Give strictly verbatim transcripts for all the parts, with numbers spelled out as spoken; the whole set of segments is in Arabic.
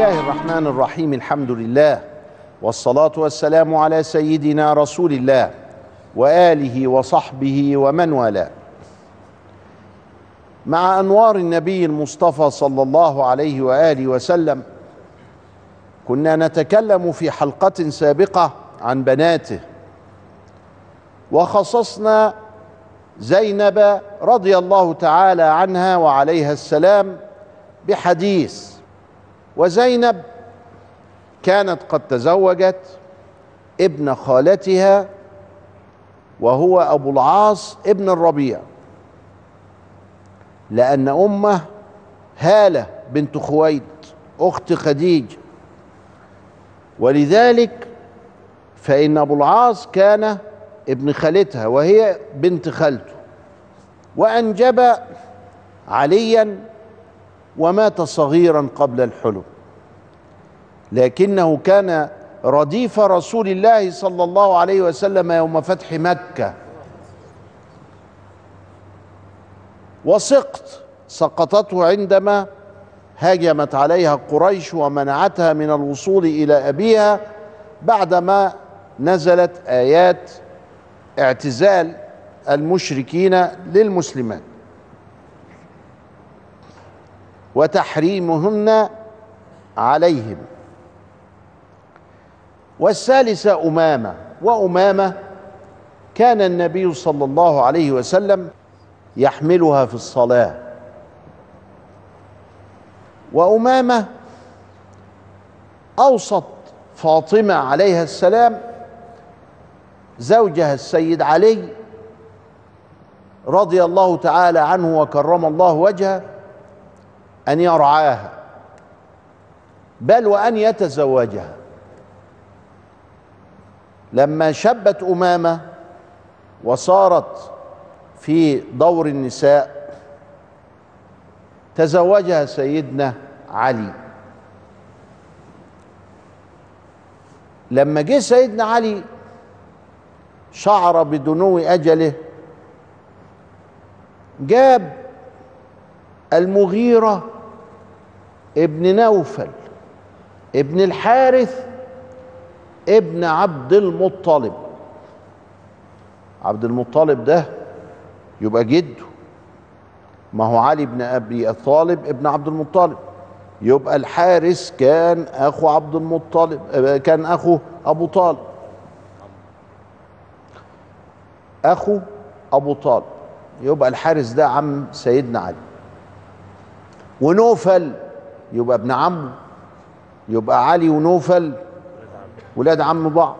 الله الرحمن الرحيم. الحمد لله والصلاة والسلام على سيدنا رسول الله وآله وصحبه ومن والاه. مع أنوار النبي المصطفى صلى الله عليه وآله وسلم، كنا نتكلم في حلقة سابقة عن بناته، وخصصنا زينب رضي الله تعالى عنها وعليها السلام بحديث. وزينب كانت قد تزوجت ابن خالتها وهو أبو العاص ابن الربيع، لأن أمه هالة بنت خويلد أخت خديجة، ولذلك فإن أبو العاص كان ابن خالتها وهي بنت خالته، وأنجب عليا ومات صغيرا قبل الحلم، لكنه كان رديف رسول الله صلى الله عليه وسلم يوم فتح مكة، وسقط سقطته عندما هاجمت عليها قريش ومنعتها من الوصول إلى أبيها بعدما نزلت آيات اعتزال المشركين للمسلمات وتحريمهن عليهم. والثالثة أمامة، وأمامة كان النبي صلى الله عليه وسلم يحملها في الصلاة. وأمامة أوصت فاطمة عليها السلام زوجها السيد علي رضي الله تعالى عنه وكرم الله وجهه أن يرعاها، بل وأن يتزوجها. لما شبت أمامة وصارت في دور النساء تزوجها سيدنا علي. لما جه سيدنا علي شعر بدنو أجله، جاب المغيرة ابن نوفل ابن الحارث ابن عبد المطلب. عبد المطلب ده يبقى جده، ما هو علي بن أبي طالب ابن عبد المطلب، يبقى الحارث كان أخو عبد المطلب، كان أخو أبو طالب، أخو أبو طالب، يبقى الحارث ده عم سيدنا علي. ونوفل يبقى ابن عمه، يبقى علي ونوفل ولاد عم بعض.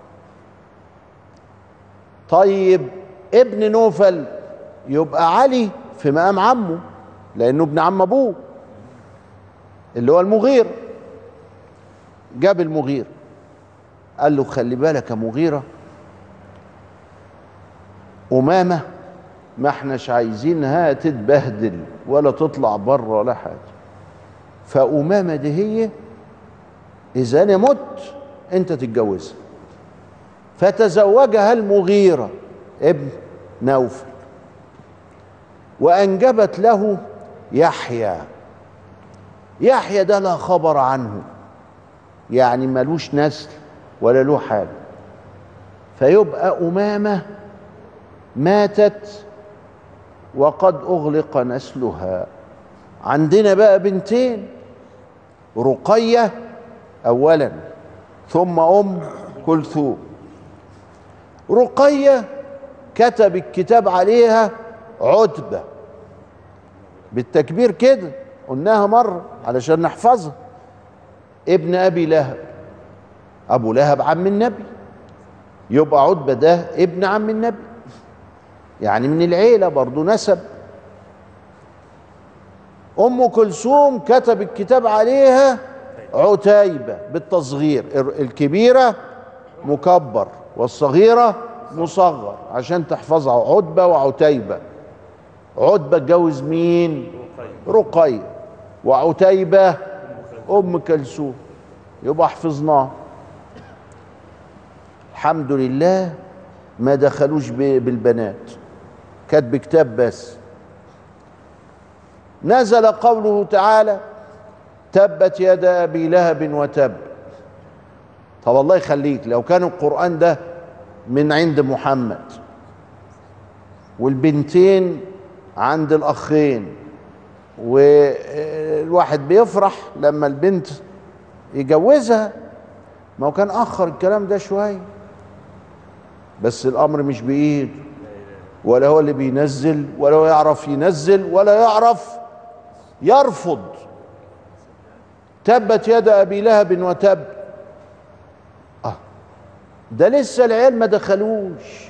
طيب ابن نوفل يبقى علي في مقام عمه لأنه ابن عم أبوه اللي هو المغيرة. جاب المغيرة قال له خلي بالك يا مغيرة، أمامة ما احناش عايزينها تتبهدل ولا تطلع بره ولا حاجة، فأمامة دي هي إذا أنا مت أنت تتجوزها. فتزوجها المغيرة ابن نوفل وأنجبت له يحيى. يحيى ده لا خبر عنه، يعني ملوش نسل ولا له حاجة، فيبقى أمامة ماتت وقد أغلق نسلها. عندنا بقى بنتين، رقية أولا ثم أم كلثوم. رقية كتب الكتاب عليها عتبة بالتكبير كده، قلناها مرة علشان نحفظها، ابن أبي لهب. أبو لهب عم النبي، يبقى عتبة ده ابن عم النبي، يعني من العيلة برضو نسب. أم كلثوم كتب الكتاب عليها عتيبة بالتصغير، الكبيرة مكبر والصغيرة مصغر عشان تحفظها، عتبة وعتيبة. عتبة اتجوز مين؟ رقية. وعتيبة أم كلثوم، يبقى حفظناه. الحمد لله ما دخلوش بالبنات، كانت بكتاب بس. نزل قوله تعالى تبت يد أبي لهب وتب. طب الله يخليك، لو كان القرآن ده من عند محمد والبنتين عند الأخين، والواحد بيفرح لما البنت يجوزها، ما هو كان أخر الكلام ده شوية. بس الأمر مش بإيده، ولا هو اللي بينزل، ولا هو يعرف ينزل، ولا يعرف يرفض. تبت يد أبي لهب وتب. آه ده لسه العيال ما دخلوش،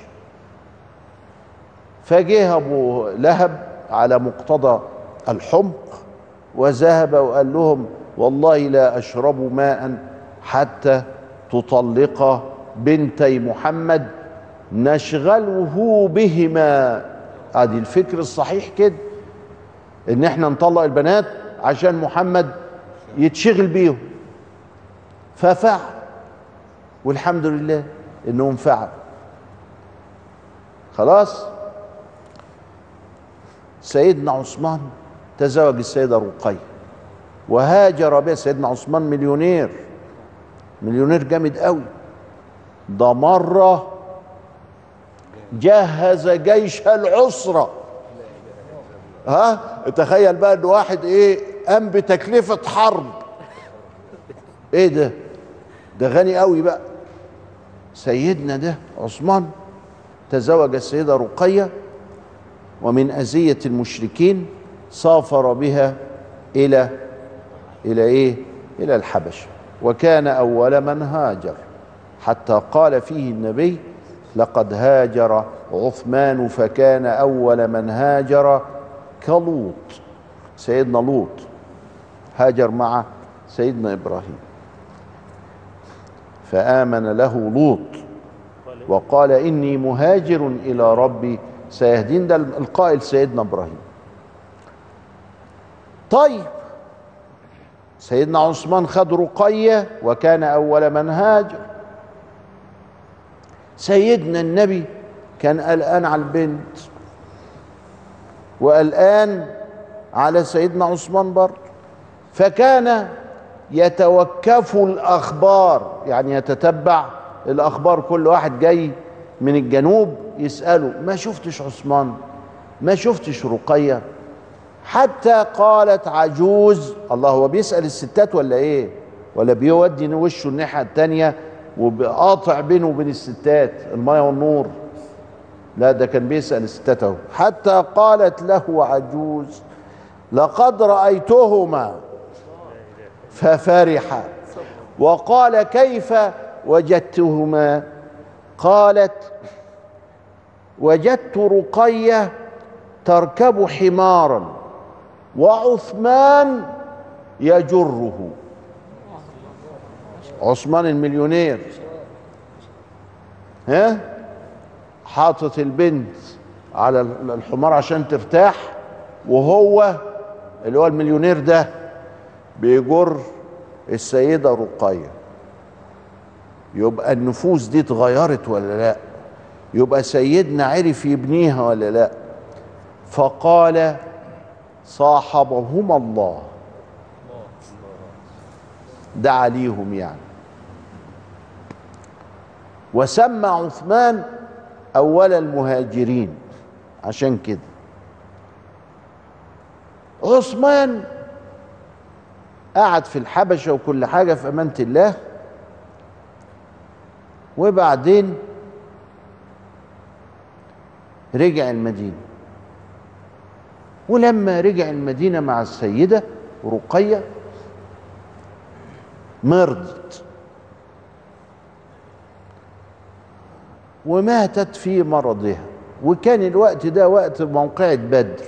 فجه أبو لهب على مقتضى الحمق وذهب وقال لهم والله لا أشرب ماء حتى تطلق بنتي محمد نشغله بهما. ادي الفكر الصحيح كده، ان احنا نطلق البنات عشان محمد يتشغل بيهم. ففعل، والحمد لله انهم فعل. خلاص. سيدنا عثمان تزوج السيدة رقية وهاجر بها. سيدنا عثمان مليونير، مليونير جامد قوي. ده مرة جهز جيش العسرة. ها تخيل بقى ان واحد ايه قام بتكلفة حرب. ايه ده؟ ده غني قوي بقى. سيدنا ده عثمان تزوج السيدة رقية، ومن أذية المشركين سافر بها إلى إلى إيه؟ إلى الحبشة، وكان أول من هاجر، حتى قال فيه النبي لقد هاجر عثمان فكان أول من هاجر كلوط. سيدنا لوط هاجر مع سيدنا إبراهيم، فآمن له لوط وقال إني مهاجر إلى ربي سيهدين. ده القائل سيدنا إبراهيم. طيب سيدنا عثمان خد رقية وكان أول من هاجر. سيدنا النبي كان قلقان على البنت وقلقان على سيدنا عثمان برضه، فكان يتوكف الأخبار، يعني يتتبع الأخبار. كل واحد جاي من الجنوب يسأله ما شفتش عثمان، ما شفتش رقية. حتى قالت عجوز، الله هو بيسأل الستات ولا ايه؟ ولا بيودي وشه الناحية التانية وبقاطع بينه وبين الستات الماء والنور؟ لا، ده كان بيسأل الستات اهو. حتى قالت له عجوز لقد رأيتهما ففرح وقال كيف وجدتهما؟ قالت وجدت رقية تركب حمارا وعثمان يجره. عثمان المليونير ها حاطط البنت على الحمار عشان ترتاح، وهو اللي هو المليونير ده بيجر السيدة رقية. يبقى النفوس دي اتغيرت ولا لا؟ يبقى سيدنا عرف يبنيها ولا لا؟ فقال صاحبهما الله، دعا ليهم يعني. وسمى عثمان أول المهاجرين عشان كده. عثمان قعد في الحبشة وكل حاجة في أمانة الله، وبعدين رجع المدينة. ولما رجع المدينة مع السيدة رقية مرضت وماتت في مرضها، وكان الوقت ده وقت موقعة بدر.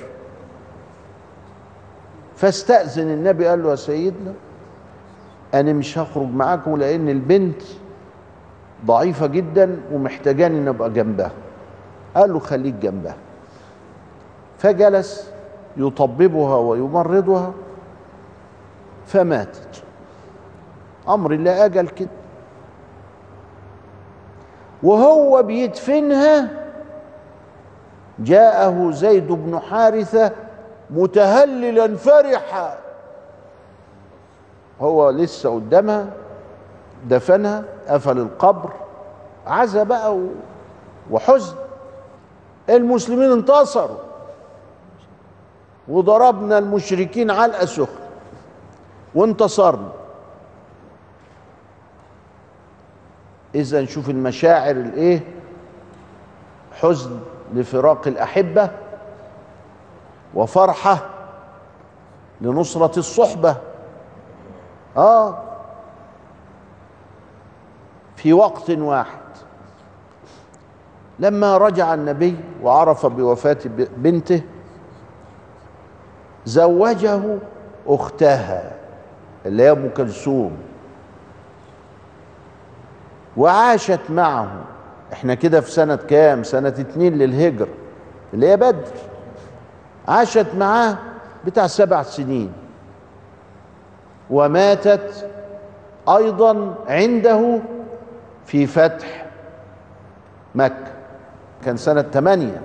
فاستأذن النبي قال له يا سيدنا أنا مش هخرج معاكم لأن البنت ضعيفة جدا ومحتاجاني ان ابقى جنبها. قال له خليك جنبها. فجلس يطببها ويمرضها فماتت. امر الله اجل كده. وهو بيدفنها جاءه زيد بن حارثة متهللا فرحا هو لسه قدامها، دفنها، قفل القبر، عزا بقى وحزن. المسلمين انتصروا وضربنا المشركين علقة سخنة وانتصرنا. إذا نشوف المشاعر الايه، حزن لفراق الأحبة، وفرحة لنصرة الصحبة. آه في وقت واحد. لما رجع النبي وعرف بوفاة بنته زوجه أختها اللي هي أم كلثوم، وعاشت معه. احنا كده في سنة كام؟ سنة اتنين للهجرة اللي هي بدر. عاشت معاه بتاع سبع سنين، وماتت أيضا عنده في فتح مكة، كان سنة تمانية،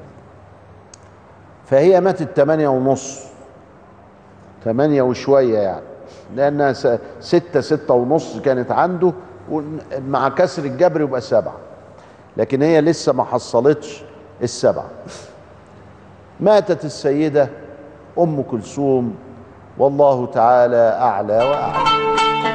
فهي ماتت تمانية ونص، تمانية وشوية يعني، لأنها ستة ستة ونص كانت عنده، مع كسر الجبر يبقى سبعة، لكن هي لسه ما حصلتش السبعة. ماتت السيدة أم كلثوم، والله تعالى أعلى وأعلى.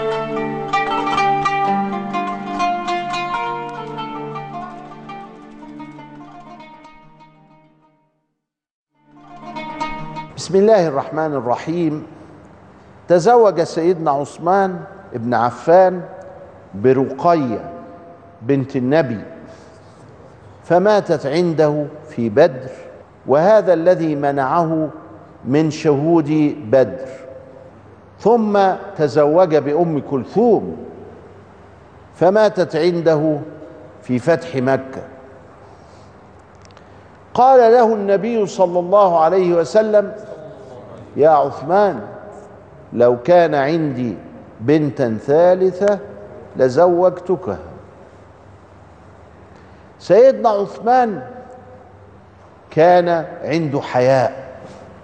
بسم الله الرحمن الرحيم. تزوج سيدنا عثمان بن عفان برقية بنت النبي، فماتت عنده في بدر، وهذا الذي منعه من شهود بدر. ثم تزوج بأم كلثوم فماتت عنده في فتح مكة. قال له النبي صلى الله عليه وسلم: يا عثمان، لو كان عندي بنتا ثالثة لزوجتكها. سيدنا عثمان كان عنده حياء،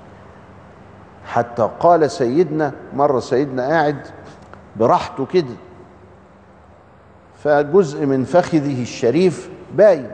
حتى قال سيدنا مرة، سيدنا قاعد براحته كده، فجزء من فخذه الشريف باين،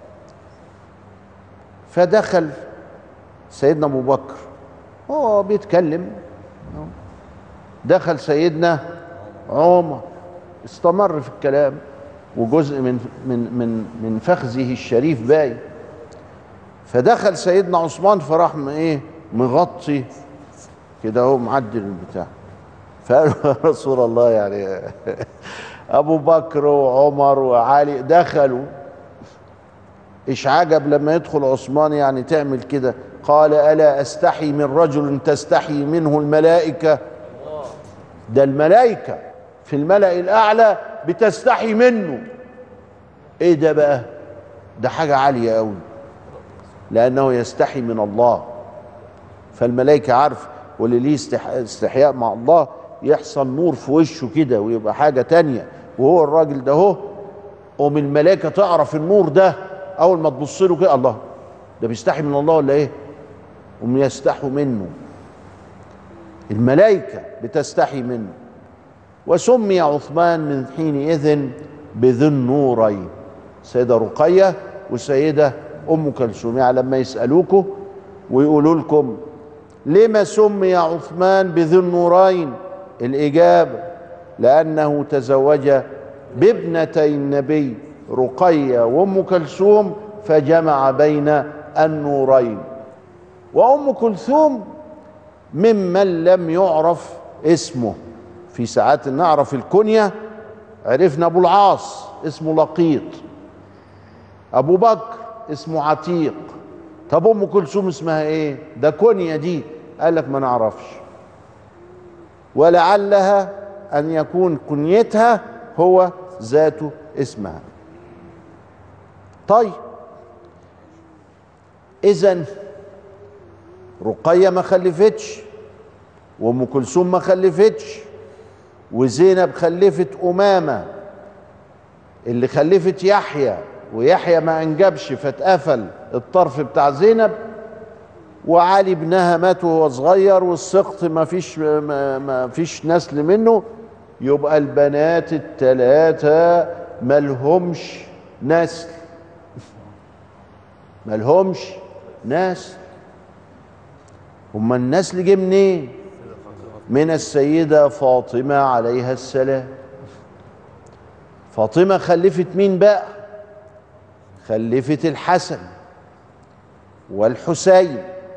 فدخل سيدنا أبو بكر هو بيتكلم، دخل سيدنا عمر استمر في الكلام، وجزء من من من من فخذه الشريف باين، فدخل سيدنا عثمان فراح ايه مغطي كده، هو معدل البتاع، فقال يا رسول الله، يعني ابو بكر وعمر وعلي دخلوا، ايش عجب لما يدخل عثمان يعني تعمل كده؟ قال: الا استحي من رجل تستحي منه الملائكه؟ ده الملائكه في الملأ الاعلى بتستحي منه. ايه ده بقى؟ ده حاجه عاليه قوي، لانه يستحي من الله، فالملائكه عارفه، واللي ليه استحياء مع الله يحصل نور في وشه كده ويبقى حاجه تانيه، وهو الراجل ده اهو، قوم الملائكه تعرف النور ده اول ما تبص له كده، الله ده بيستحي من الله ولا ايه؟ هم يستحوا منه، الملائكه بتستحي منه. وسمي عثمان من حينئذ بذي النورين، سيدة رقية وسيدة أم كلثوم. يعني لما يسألوكوا ويقولوا لكم لما سمي عثمان بذي النورين، الإجابة: لأنه تزوج بابنتي النبي رقية وأم كلثوم فجمع بين النورين. وأم كلثوم ممن لم يعرف اسمه، في ساعات نعرف الكنية، عرفنا أبو العاص اسمه لقيط، أبو بكر اسمه عتيق، طب أم كلثوم اسمها إيه؟ ده كنية دي، قال لك ما نعرفش، ولعلها أن يكون كنيتها هو ذات اسمها. طيب، إذن رقية ما خلفتش، وأم كلثوم ما خلفتش، وزينب خلفت أمامة اللي خلفت يحيى، ويحيى ما أنجبش فاتقفل الطرف بتاع زينب، وعلي ابنها مات وهو صغير، والسقط ما فيش ما, ما فيش نسل منه، يبقى البنات الثلاثة ملهمش نسل، ملهمش نسل. هما النسل جه منين؟ من السيدة فاطمة عليها السلام. فاطمة خلفت مين بقى؟ خلفت الحسن والحسين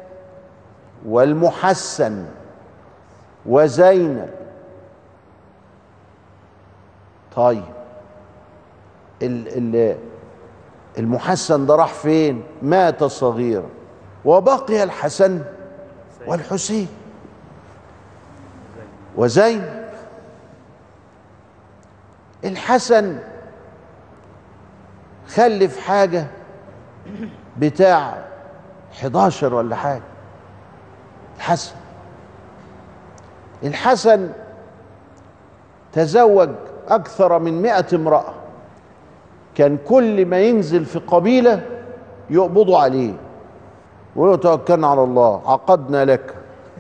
والمحسن وزينب. طيب المحسن ده راح فين؟ مات صغيرا، وبقي الحسن والحسين وزينب. الحسن خلف حاجة بتاع حداشر ولا حاجة. الحسن الحسن تزوج أكثر من مئة امرأة. كان كل ما ينزل في قبيلة يقبضوا عليه ويقولوا توكلنا على الله، عقدنا لك.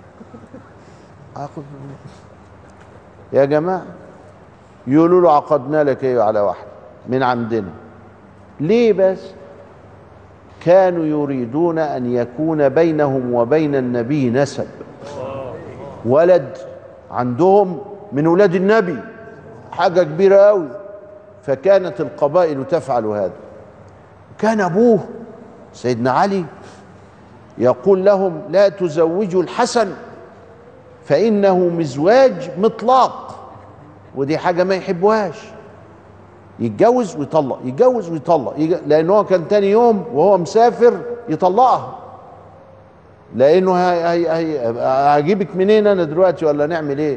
عقد يا جماعة، يقولوا له عقدنا لك ايه على واحد من عندنا. ليه بس؟ كانوا يريدون أن يكون بينهم وبين النبي نسب، ولد عندهم من ولاد النبي، حاجة كبيرة قوي. فكانت القبائل تفعل هذا. كان أبوه سيدنا علي يقول لهم لا تزوجوا الحسن فإنه مزواج مطلاق، ودي حاجة ما يحبوهاش. يتجوز ويطلق، يتجوز ويطلق، لأن هو كان تاني يوم وهو مسافر يطلقها، لأنه هجيبك منين أنا دلوقتي ولا نعمل إيه؟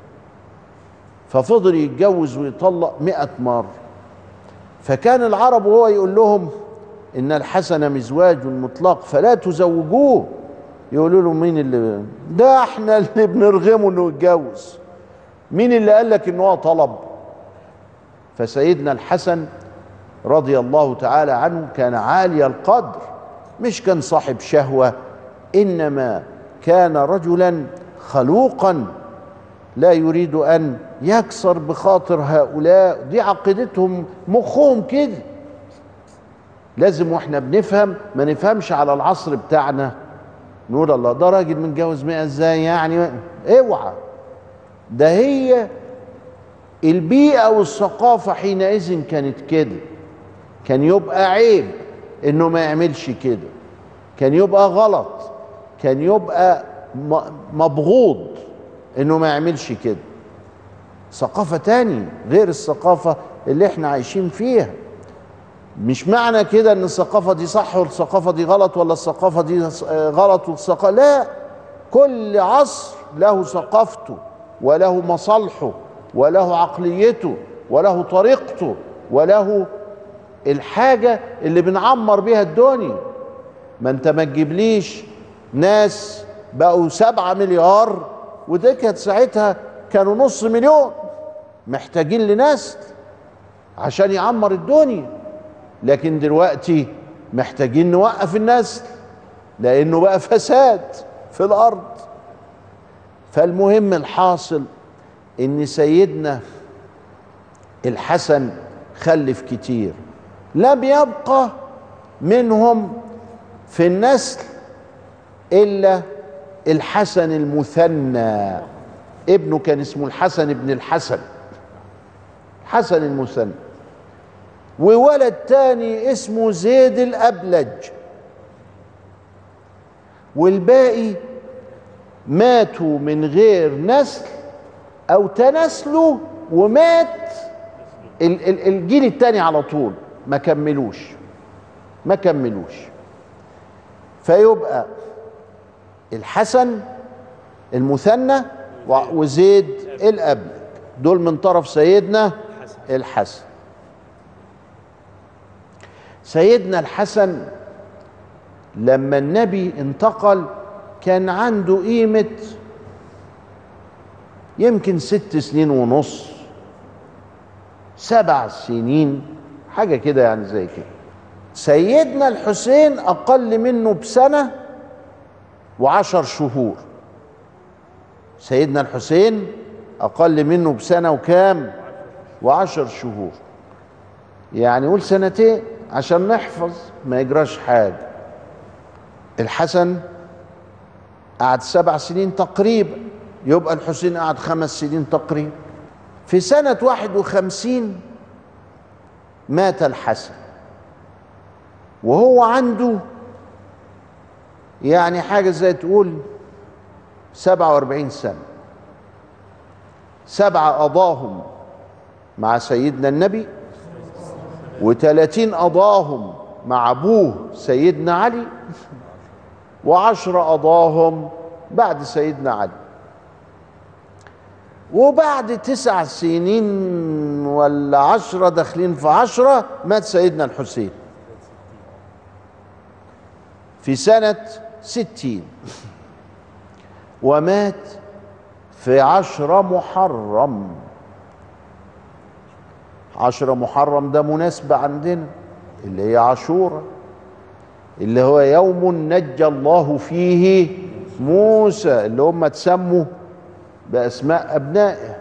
ففضل يتجوز ويطلق مئة مرة. فكان العرب وهو يقول لهم إن الحسن مزواج مطلق فلا تزوجوه، يقولوا له مين اللي ده؟ احنا اللي بنرغمه انه يتجوز. مين اللي قال لك ان هو طلب؟ فسيدنا الحسن رضي الله تعالى عنه كان عالي القدر، مش كان صاحب شهوة، إنما كان رجلا خلوقا لا يريد أن يكسر بخاطر هؤلاء. دي عقيدتهم، مخهم كده. لازم واحنا بنفهم ما نفهمش على العصر بتاعنا نقول الله ده راجل متجوز مئة ازاي يعني؟ اوعى، ده هي البيئة والثقافة حينئذ كانت كده. كان يبقى عيب انه ما يعملش كده، كان يبقى غلط، كان يبقى مبغوض انه ما يعملش كده. ثقافة تانية غير الثقافة اللي احنا عايشين فيها. مش معنى كده ان الثقافة دي صح والثقافة دي غلط، ولا الثقافة دي غلط والثقافة لا. كل عصر له ثقافته وله مصالحه وله عقليته وله طريقته وله الحاجة اللي بنعمر بيها الدنيا. ما انت ما تجيبليش ناس بقوا سبعة مليار وده كانت ساعتها كانوا نص مليون محتاجين لناس عشان يعمر الدنيا. لكن دلوقتي محتاجين نوقف النسل لأنه بقى فساد في الأرض. فالمهم الحاصل إن سيدنا الحسن خلف كتير، لم يبقى منهم في النسل إلا الحسن المثنى. ابنه كان اسمه الحسن ابن الحسن، حسن المثنى. وولد تاني اسمه زيد الأبلج، والباقي ماتوا من غير نسل أو تناسلوا، ومات الجيل التاني على طول، ما كملوش ما كملوش فيبقى الحسن المثنى وزيد الأبلج دول من طرف سيدنا الحسن. سيدنا الحسن لما النبي انتقل كان عنده قيمة يمكن ست سنين ونص، سبع سنين حاجة كده يعني زي كده. سيدنا الحسين أقل منه بسنة وعشر شهور. سيدنا الحسين أقل منه بسنة وكام؟ وعشر شهور. يعني قول سنتين عشان نحفظ ما يجراش حاجة. الحسن قعد سبع سنين تقريبا، يبقى الحسين قعد خمس سنين تقريبا. في سنة واحد وخمسين مات الحسن وهو عنده يعني حاجة زي تقول سبعة واربعين سنة. سبعة قضاهم مع سيدنا النبي، وثلاثين قضاهم مع أبوه سيدنا علي، وعشرة قضاهم بعد سيدنا علي. وبعد تسع سنين ولا عشرة داخلين في عشرة مات سيدنا الحسين في سنة ستين، ومات في عشرة محرم. عشرة محرم ده مناسبة عندنا اللي هي عاشوراء، اللي هو يوم نجى الله فيه موسى، اللي هم تسموا بأسماء أبنائه.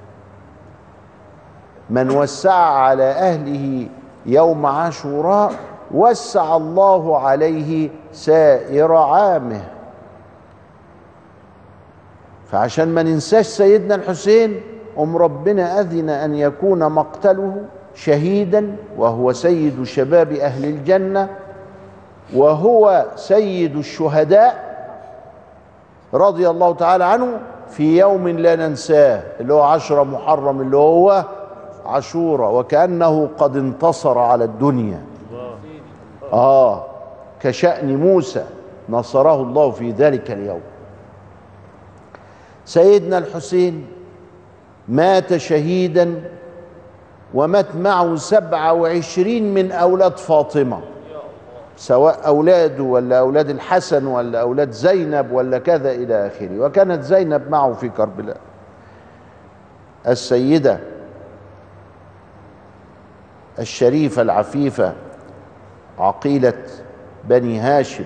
من وسع على أهله يوم عاشوراء وسع الله عليه سائر عامه. فعشان ما ننساش سيدنا الحسين، أم ربنا أذن أن يكون مقتله شهيدا، وهو سيد شباب أهل الجنة، وهو سيد الشهداء رضي الله تعالى عنه، في يوم لا ننساه اللي هو عشرة محرم اللي هو عاشوراء، وكأنه قد انتصر على الدنيا. آه كشأن موسى نصره الله في ذلك اليوم. سيدنا الحسين مات شهيدا، ومات معه سبعة وعشرين من أولاد فاطمة، سواء أولاده ولا أولاد الحسن ولا أولاد زينب ولا كذا إلى آخره. وكانت زينب معه في كربلاء، السيدة الشريفة العفيفة عقيلة بني هاشم.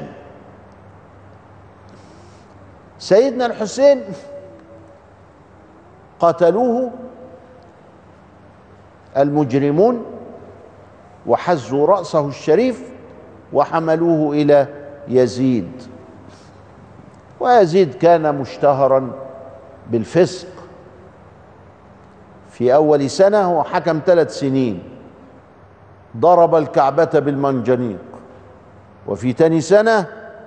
سيدنا الحسين قتلوه المجرمون وحزوا رأسه الشريف وحملوه إلى يزيد، ويزيد كان مشتهرا بالفسق. في أول سنة هو حكم ثلاث سنين، ضرب الكعبة بالمنجنيق. وفي تاني سنة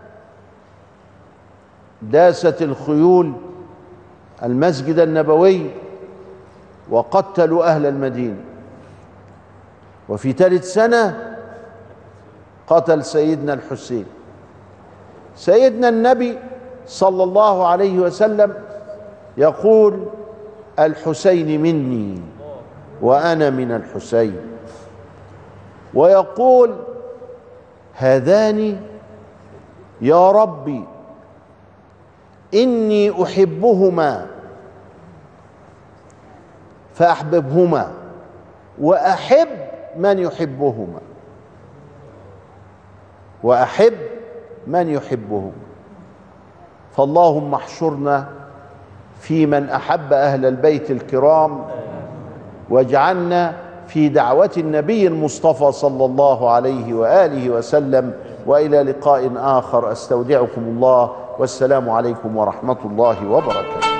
داست الخيول المسجد النبوي وقتلوا أهل المدينة. وفي ثالث سنة قتل سيدنا الحسين. سيدنا النبي صلى الله عليه وسلم يقول: الحسين مني وأنا من الحسين. ويقول: هذان يا ربي إني أحبهما فأحببهما وأحب من يحبهما وأحب من يحبهما. فاللهم احشرنا في من أحب أهل البيت الكرام، واجعلنا في دعوة النبي المصطفى صلى الله عليه وآله وسلم. وإلى لقاء آخر، أستودعكم الله، والسلام عليكم ورحمة الله وبركاته.